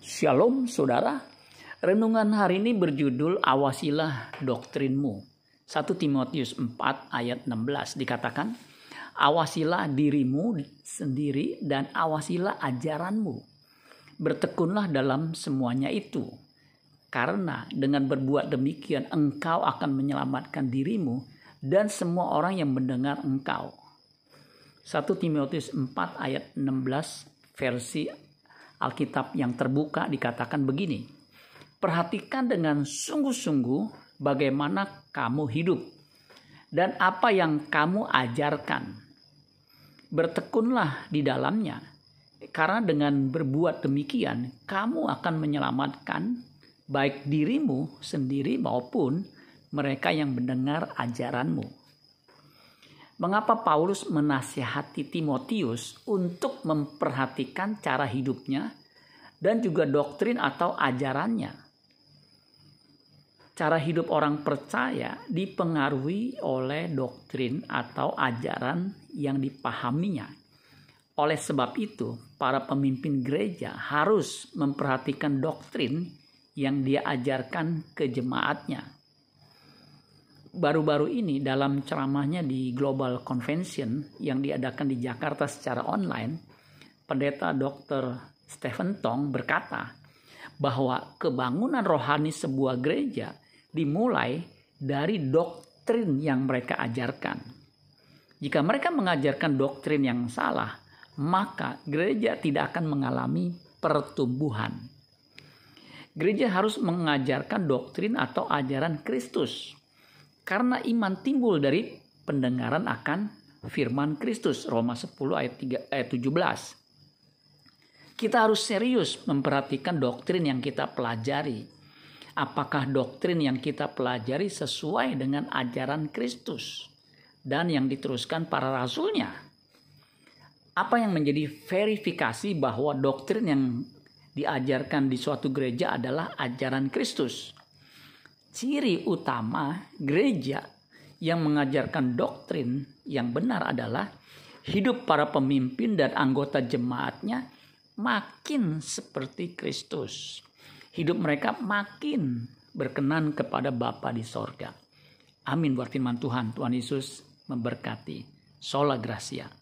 Shalom saudara, renungan hari ini berjudul Awasilah Doktrinmu. 1 Timotius 4 ayat 16 dikatakan, awasilah dirimu sendiri dan awasilah ajaranmu. Bertekunlah dalam semuanya itu, karena dengan berbuat demikian engkau akan menyelamatkan dirimu dan semua orang yang mendengar engkau. 1 Timotius 4 ayat 16 versi Alkitab yang terbuka dikatakan begini, perhatikan dengan sungguh-sungguh bagaimana kamu hidup dan apa yang kamu ajarkan. Bertekunlah di dalamnya, karena dengan berbuat demikian kamu akan menyelamatkan baik dirimu sendiri maupun mereka yang mendengar ajaranmu. Mengapa Paulus menasihati Timotius untuk memperhatikan cara hidupnya dan juga doktrin atau ajarannya? Cara hidup orang percaya dipengaruhi oleh doktrin atau ajaran yang dipahaminya. Oleh sebab itu, para pemimpin gereja harus memperhatikan doktrin yang dia ajarkan ke jemaatnya. Baru-baru ini dalam ceramahnya di Global Convention yang diadakan di Jakarta secara online, Pendeta Dr. Stephen Tong berkata bahwa kebangunan rohani sebuah gereja dimulai dari doktrin yang mereka ajarkan. Jika mereka mengajarkan doktrin yang salah, maka gereja tidak akan mengalami pertumbuhan. Gereja harus mengajarkan doktrin atau ajaran Kristus. Karena iman timbul dari pendengaran akan firman Kristus. Roma 10 ayat 17. Kita harus serius memperhatikan doktrin yang kita pelajari. Apakah doktrin yang kita pelajari sesuai dengan ajaran Kristus dan yang diteruskan para rasulnya? Apa yang menjadi verifikasi bahwa doktrin yang diajarkan di suatu gereja adalah ajaran Kristus? Ciri utama gereja yang mengajarkan doktrin yang benar adalah hidup para pemimpin dan anggota jemaatnya makin seperti Kristus. Hidup mereka makin berkenan kepada Bapa di sorga. Amin buat firman Tuhan. Tuhan Yesus memberkati. Sola Gracia.